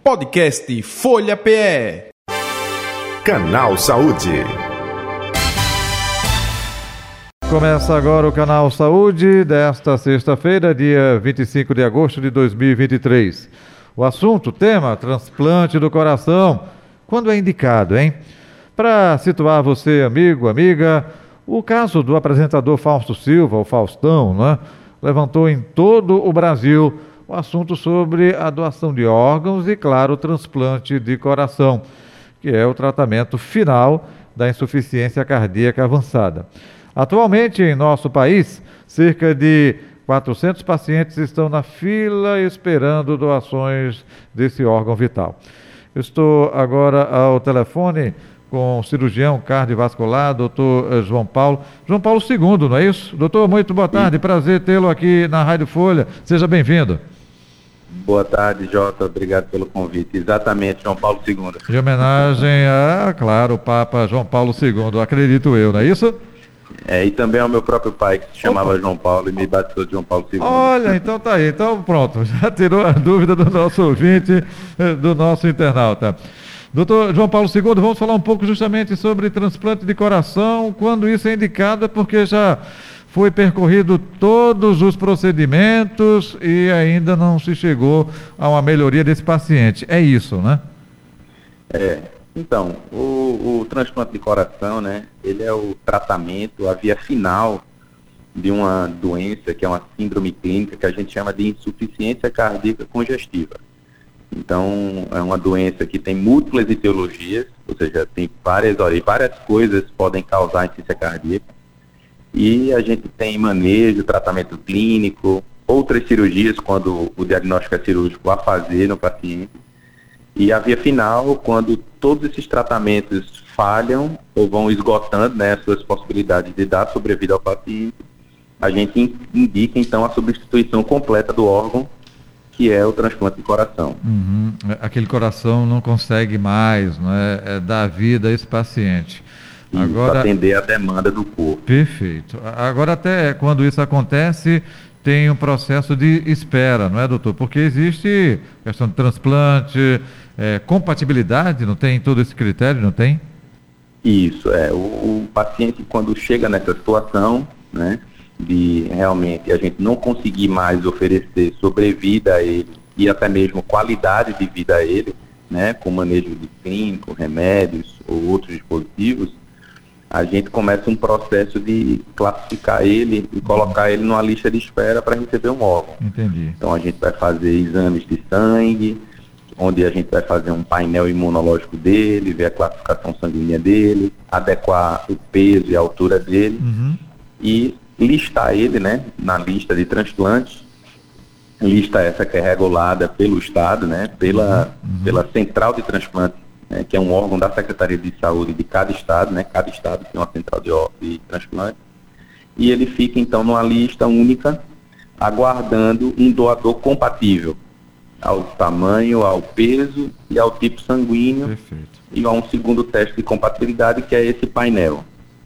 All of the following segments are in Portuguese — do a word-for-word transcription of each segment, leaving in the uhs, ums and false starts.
Podcast Folha P E. Canal Saúde. Começa agora o Canal Saúde desta sexta-feira, dia vinte e cinco de agosto de dois mil e vinte e três. O assunto, tema, transplante do coração. Quando é indicado, hein? Para situar você, amigo, amiga, o caso do apresentador Fausto Silva, o Faustão, né, levantou em todo o Brasil o assunto sobre a doação de órgãos e, claro, o transplante de coração, que é o tratamento final da insuficiência cardíaca avançada. Atualmente, em nosso país, cerca de quatrocentos pacientes estão na fila esperando doações desse órgão vital. Estou agora ao telefone com o cirurgião cardiovascular, doutor João Paulo. João Paulo segundo, não é isso? Doutor, muito boa tarde, Sim. Prazer tê-lo aqui na Rádio Folha. Seja bem-vindo. Boa tarde, Jota. Obrigado pelo convite. Exatamente, João Paulo segundo. De homenagem a, claro, o Papa João Paulo segundo, acredito eu, não é isso? É, e também ao meu próprio pai, que se chamava Opa. João Paulo e me batizou de João Paulo segundo. Olha, então tá aí. Então pronto, já tirou a dúvida do nosso ouvinte, do nosso internauta. Doutor João Paulo segundo, vamos falar um pouco justamente sobre transplante de coração, quando isso é indicado, é porque já foi percorrido todos os procedimentos e ainda não se chegou a uma melhoria desse paciente. É isso, né? É, então, o, o transplante de coração, né, ele é o tratamento, a via final de uma doença que é uma síndrome clínica que a gente chama de insuficiência cardíaca congestiva. Então, é uma doença que tem múltiplas etiologias, ou seja, tem várias, várias coisas que podem causar insuficiência cardíaca. E a gente tem manejo, tratamento clínico, outras cirurgias quando o diagnóstico é cirúrgico a fazer no paciente. E a via final, quando todos esses tratamentos falham ou vão esgotando, né, as suas possibilidades de dar sobrevida ao paciente, a gente indica então a substituição completa do órgão, que é o transplante de coração. Uhum. Aquele coração não consegue mais, não é, é dar vida a esse paciente. Isso, agora, atender a demanda do corpo. Perfeito. Agora, até quando isso acontece, tem um processo de espera, não é, doutor? Porque existe questão de transplante, é, compatibilidade, não tem todo esse critério, não tem? Isso, é. O, o paciente, quando chega nessa situação, né, de realmente a gente não conseguir mais oferecer sobrevida a ele e até mesmo qualidade de vida a ele, né, com manejo de clínico, remédios ou outros dispositivos, a gente começa um processo de classificar ele e colocar ele numa lista de espera para receber um órgão. Entendi. Então a gente vai fazer exames de sangue, onde a gente vai fazer um painel imunológico dele, ver a classificação sanguínea dele, adequar o peso e a altura dele, uhum. e listar ele, né, na lista de transplantes, lista essa que é regulada pelo Estado, né, pela, uhum. pela Central de Transplante, né, que é um órgão da Secretaria de Saúde de cada estado, né, cada estado tem uma central de, de transplante, e ele fica então numa lista única, aguardando um doador compatível ao tamanho, ao peso e ao tipo sanguíneo. Perfeito. E a um segundo teste de compatibilidade, que é esse painel.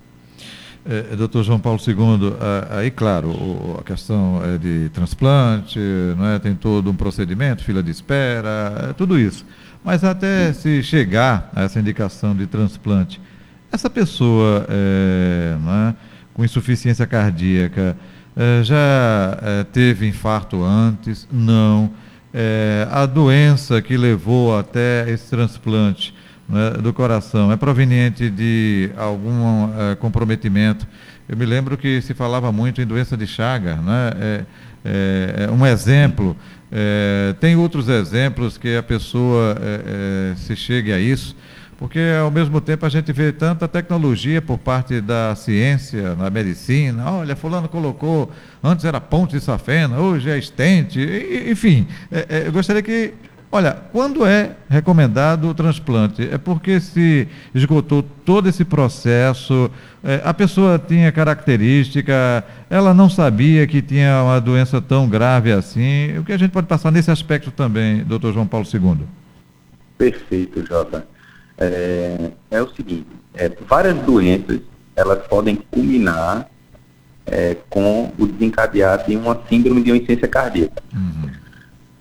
É, doutor João Paulo segundo, aí claro, o, a questão é de transplante, não é? Tem todo um procedimento, fila de espera, é, tudo isso. Mas até se chegar a essa indicação de transplante, essa pessoa é, não é, com insuficiência cardíaca é, já é, teve infarto antes? Não. É, a doença que levou até esse transplante, né, do coração é proveniente de algum uh, comprometimento? Eu me lembro que se falava muito em doença de Chagas, né? É, é, é um exemplo. É, tem outros exemplos que a pessoa é, é, se chegue a isso, porque ao mesmo tempo a gente vê tanta tecnologia por parte da ciência, na medicina. Olha, fulano colocou, antes era ponte de safena, hoje é estente, enfim. É, é, eu gostaria que, olha, quando é recomendado o transplante? É porque se esgotou todo esse processo, é, a pessoa tinha característica, ela não sabia que tinha uma doença tão grave assim. O que a gente pode passar nesse aspecto também, doutor João Paulo segundo? Perfeito, Jota. É, é o seguinte, é, várias doenças, elas podem culminar é, com o desencadear de uma síndrome de insuficiência cardíaca. Uhum.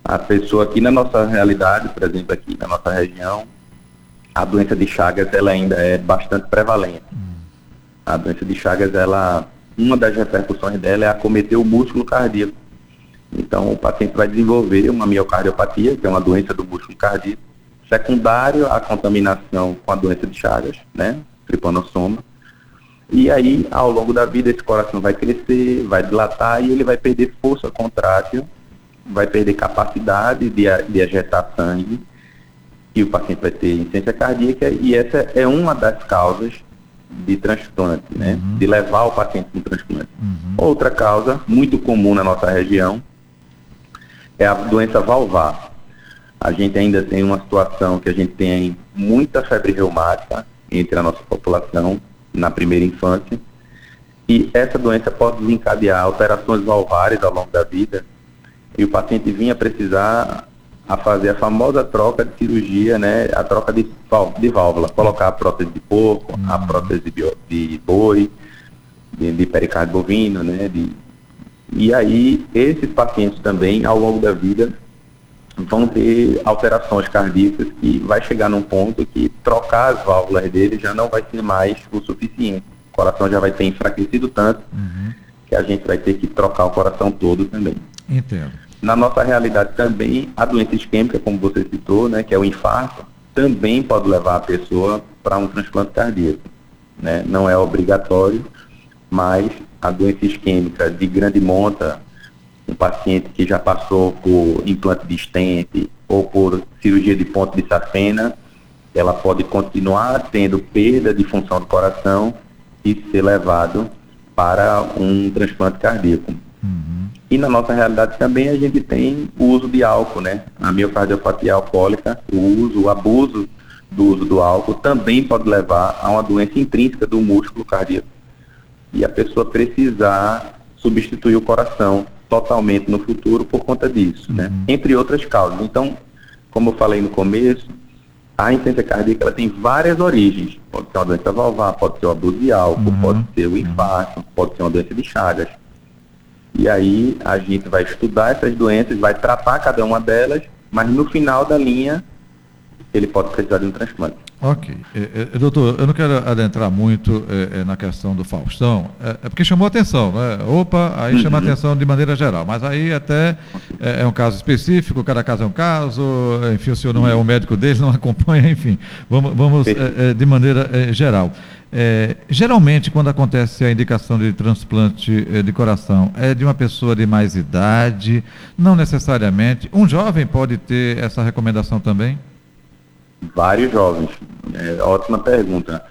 A pessoa aqui na nossa realidade, por exemplo, aqui na nossa região, a doença de Chagas ela ainda é bastante prevalente. A doença de Chagas, ela, uma das repercussões dela é acometer o músculo cardíaco. Então, o paciente vai desenvolver uma miocardiopatia, que é uma doença do músculo cardíaco, secundário à contaminação com a doença de Chagas, né, tripanossoma. E aí, ao longo da vida, esse coração vai crescer, vai dilatar e ele vai perder força contrátil, vai perder capacidade de, de ejetar sangue, e o paciente vai ter insuficiência cardíaca, e essa é uma das causas de transplante, né? Uhum. De levar o paciente para um transplante. Uhum. Outra causa, muito comum na nossa região, é a doença valvar. A gente ainda tem uma situação que a gente tem muita febre reumática entre a nossa população na primeira infância, e essa doença pode desencadear alterações valvares ao longo da vida, e o paciente vinha precisar a fazer a famosa troca de cirurgia, né, a troca de, de válvula, colocar a prótese de porco, uhum. a prótese de, bio, de boi, de, de pericárdio bovino, né, de, e aí esses pacientes também, ao longo da vida, vão ter alterações cardíacas que vai chegar num ponto que trocar as válvulas dele já não vai ser mais o suficiente. O coração já vai ter enfraquecido tanto uhum. que a gente vai ter que trocar o coração todo também. Entendo. Na nossa realidade também, a doença isquêmica, como você citou, né, que é o infarto, também pode levar a pessoa para um transplante cardíaco, né? Não é obrigatório, mas a doença isquêmica de grande monta, um paciente que já passou por implante de stent ou por cirurgia de ponte de safena, ela pode continuar tendo perda de função do coração e ser levado para um transplante cardíaco. Uhum. E na nossa realidade também a gente tem o uso de álcool, né? A miocardiopatia alcoólica, o uso, o abuso do uso do álcool também pode levar a uma doença intrínseca do músculo cardíaco. E a pessoa precisar substituir o coração totalmente no futuro por conta disso, uhum. né? Entre outras causas. Então, como eu falei no começo, a insuficiência cardíaca ela tem várias origens. Pode ser uma doença valvar, pode ser o abuso de álcool, uhum. pode ser o infarto, uhum. pode ser uma doença de Chagas. E aí a gente vai estudar essas doenças, vai tratar cada uma delas, mas no final da linha ele pode precisar de um transplante. Ok. É, é, doutor, eu não quero adentrar muito é, é, na questão do Faustão, é, é porque chamou a atenção, né? Opa, aí uhum. chama a atenção de maneira geral, mas aí até é, é um caso específico, cada caso é um caso, enfim, o senhor não é o médico dele, não acompanha, enfim, vamos, vamos é, é, de maneira é, geral. É, geralmente, quando acontece a indicação de transplante é, de coração, é de uma pessoa de mais idade, não necessariamente. Um jovem pode ter essa recomendação também? Vários jovens. É, ótima pergunta,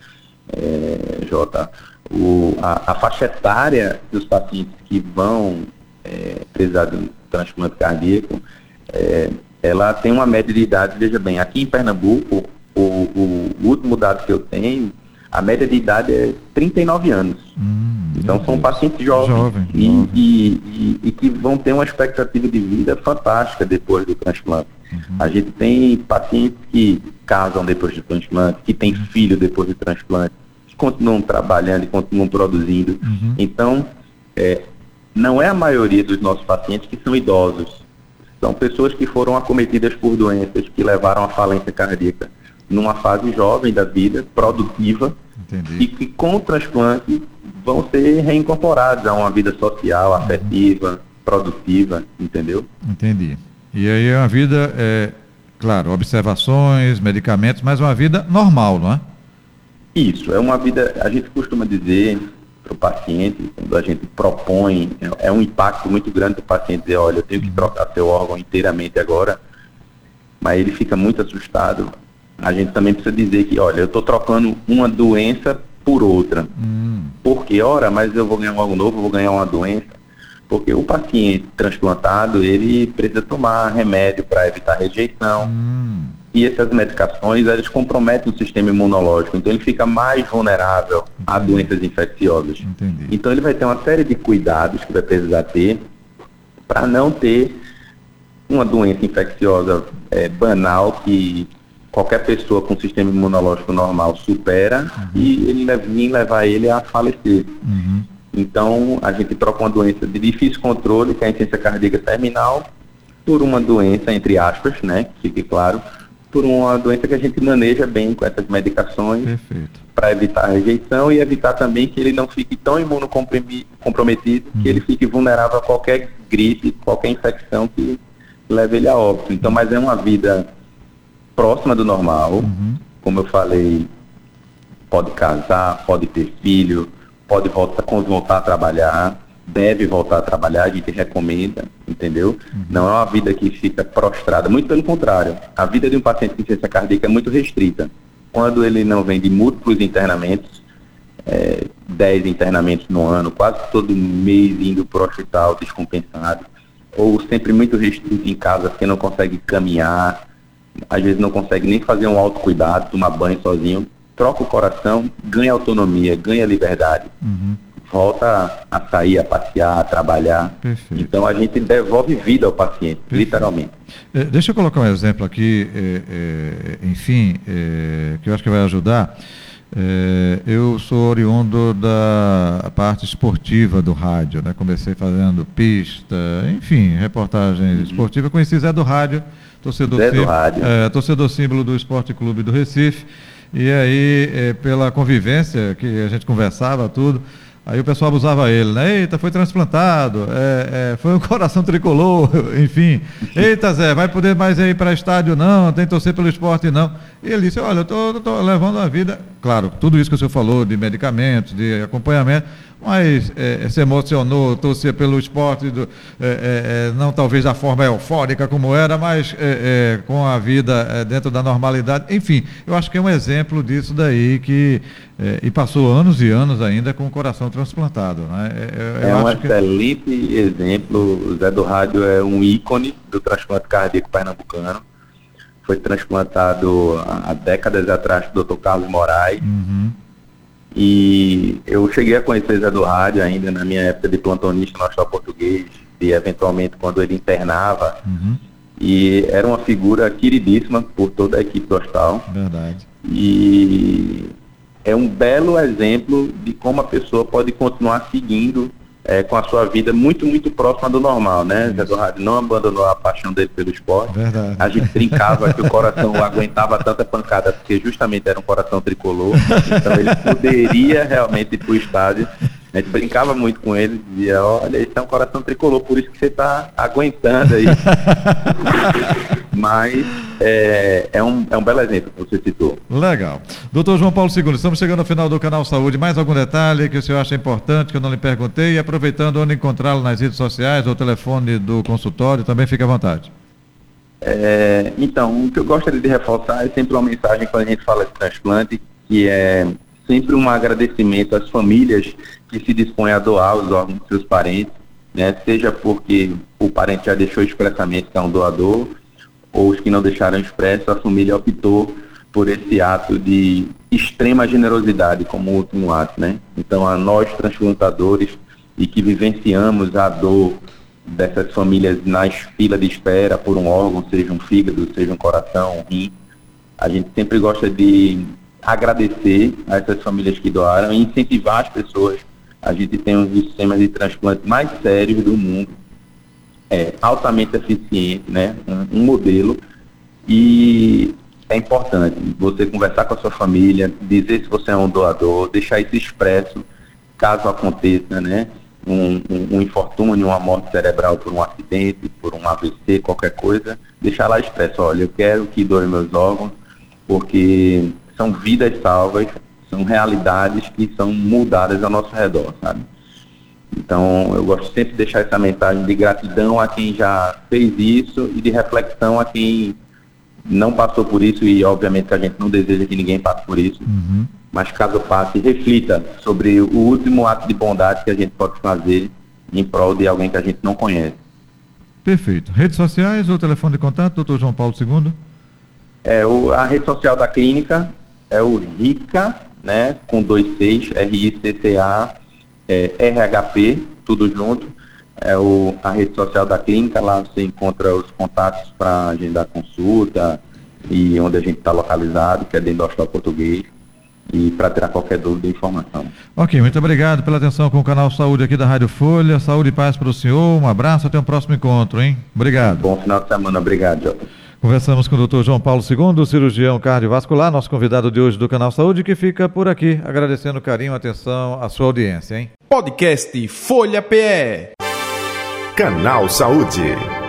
é, Jota. O, a, a faixa etária dos pacientes que vão é, precisar de um transplante cardíaco, é, ela tem uma média de idade, veja bem, aqui em Pernambuco, o, o, o último dado que eu tenho, a média de idade é trinta e nove anos. Hum, então são pacientes jovens jovem, e, jovem. E, e, e que vão ter uma expectativa de vida fantástica depois do transplante. Uhum. A gente tem pacientes que casam depois do transplante, que têm uhum. filho depois do transplante, que continuam trabalhando e continuam produzindo. Uhum. Então, é, não é a maioria dos nossos pacientes que são idosos. São pessoas que foram acometidas por doenças que levaram à falência cardíaca numa fase jovem da vida, produtiva, Entendi. E que com o transplante vão ser reincorporados a uma vida social, afetiva, uhum. produtiva, entendeu? Entendi. E aí é uma vida, é, claro, observações, medicamentos, mas uma vida normal, não é? Isso, é uma vida, a gente costuma dizer para o paciente, quando a gente propõe, é, é um impacto muito grande para o paciente dizer, olha, eu tenho que trocar seu órgão inteiramente agora, mas ele fica muito assustado. A gente também precisa dizer que, olha, eu estou trocando uma doença por outra. Hum. Porque, ora, mas eu vou ganhar algo novo, eu vou ganhar uma doença. Porque o paciente transplantado, ele precisa tomar remédio para evitar rejeição. Hum. E essas medicações, elas comprometem o sistema imunológico. Então, ele fica mais vulnerável Entendi. A doenças infecciosas. Entendi. Então, ele vai ter uma série de cuidados que vai precisar ter para não ter uma doença infecciosa é, banal que qualquer pessoa com sistema imunológico normal supera uhum. e ele vir levar ele a falecer. Uhum. Então, a gente troca uma doença de difícil controle, que é a insuficiência cardíaca terminal, por uma doença, entre aspas, né, que fique claro, por uma doença que a gente maneja bem com essas medicações para evitar a rejeição e evitar também que ele não fique tão imunocomprometido, uhum. que ele fique vulnerável a qualquer gripe, qualquer infecção que leve ele a óbito. Então, mas é uma vida próxima do normal, uhum. como eu falei, pode casar, pode ter filho, pode voltar, voltar a trabalhar, deve voltar a trabalhar, a gente recomenda, entendeu? Uhum. Não é uma vida que fica prostrada, muito pelo contrário. A vida de um paciente com insuficiência cardíaca é muito restrita. Quando ele não vem de múltiplos internamentos, é, dez internamentos no ano, quase todo mês indo para o hospital descompensado, ou sempre muito restrito em casa, porque não consegue caminhar, às vezes não consegue nem fazer um autocuidado, tomar banho sozinho, troca o coração, ganha autonomia, ganha liberdade. Uhum. Volta a sair, a passear, a trabalhar. Perfeito. Então a gente devolve vida ao paciente, perfeito. Literalmente. É, deixa eu colocar um exemplo aqui, é, é, enfim, é, que eu acho que vai ajudar. É, eu sou oriundo da parte esportiva do rádio, né? Comecei fazendo pista, enfim, reportagem uhum. esportiva. Conheci Zé do Rádio, torcedor, Zé do rádio. É, torcedor símbolo do Esporte Clube do Recife. E aí, é, pela convivência que a gente conversava, tudo. Aí o pessoal abusava ele, né? Eita, foi transplantado, é, é, foi um coração tricolor, enfim. Eita, Zé, vai poder mais ir para estádio não, tem que torcer pelo esporte não. E ele disse, olha, eu estou levando a vida, claro, tudo isso que o senhor falou, de medicamentos, de acompanhamento, mas é, se emocionou, torcia pelo esporte, do, é, é, não talvez da forma eufórica como era, mas é, é, com a vida é, dentro da normalidade. Enfim, eu acho que é um exemplo disso daí, que, é, e passou anos e anos ainda com o coração transplantado. Né? É, é um excelente que... exemplo, o Zé do Rádio é um ícone do transplante cardíaco pernambucano. Foi transplantado há décadas atrás pelo doutor Carlos Moraes. Uhum. E eu cheguei a conhecer Zé do Rádio ainda na minha época de plantonista no Hospital Português, e eventualmente quando ele internava. Uhum. E era uma figura queridíssima por toda a equipe do hospital. Verdade. E é um belo exemplo de como a pessoa pode continuar seguindo é, com a sua vida muito, muito próxima do normal, né? Isso. Zé do Rádio não abandonou a paixão dele pelo esporte. Verdade. A gente brincava que o coração aguentava tanta pancada porque justamente era um coração tricolor, então ele poderia realmente ir para o estádio. A gente brincava muito com ele, dizia, olha, esse é um coração tricolor, por isso que você está aguentando aí. Mas é, é, um, é um belo exemplo que você citou. Legal. Doutor João Paulo segundo, estamos chegando ao final do Canal Saúde. Mais algum detalhe que o senhor acha importante, que eu não lhe perguntei? E aproveitando, onde encontrá-lo nas redes sociais, ou o telefone do consultório, também fique à vontade. É, então, o que eu gostaria de reforçar é sempre uma mensagem quando a gente fala de transplante, que é sempre um agradecimento às famílias que se dispõem a doar os órgãos dos seus parentes, né? Seja porque o parente já deixou expressamente que é um doador, ou os que não deixaram expresso, a família optou por esse ato de extrema generosidade como último ato, né? Então, a nós transplantadores e que vivenciamos a dor dessas famílias nas filas de espera por um órgão, seja um fígado, seja um coração, um rim, a gente sempre gosta de agradecer a essas famílias que doaram e incentivar as pessoas. A gente tem um dos sistemas de transplante mais sérios do mundo, é altamente eficiente, né? Um, um modelo, e é importante você conversar com a sua família, dizer se você é um doador, deixar isso expresso, caso aconteça, né? Um, um, um infortúnio, uma morte cerebral por um acidente, por um A V C, qualquer coisa, deixar lá expresso, olha, eu quero que doe meus órgãos, porque são vidas salvas, são realidades que são mudadas ao nosso redor, sabe? Então, eu gosto sempre de deixar essa mensagem de gratidão a quem já fez isso e de reflexão a quem não passou por isso, e obviamente que a gente não deseja que ninguém passe por isso, uhum. Mas caso passe, reflita sobre o último ato de bondade que a gente pode fazer em prol de alguém que a gente não conhece. Perfeito. Redes sociais ou telefone de contato, doutor João Paulo segundo? É, o, a rede social da clínica é o RICA, né, com dois seis, R I C C A, é, R H P, tudo junto. É o, a rede social da clínica, lá você encontra os contatos para agendar consulta e onde a gente está localizado, que é dentro do Hospital Português. e para tirar qualquer dúvida e informação. Ok, muito obrigado pela atenção com o Canal Saúde aqui da Rádio Folha. Saúde e paz para o senhor, um abraço, até o próximo encontro, hein? Obrigado. Bom final de semana, obrigado, Jota. Conversamos com o doutor João Paulo segundo, cirurgião cardiovascular, nosso convidado de hoje do Canal Saúde, que fica por aqui, agradecendo o carinho, a atenção, a sua audiência, hein? Podcast Folha P E. Canal Saúde.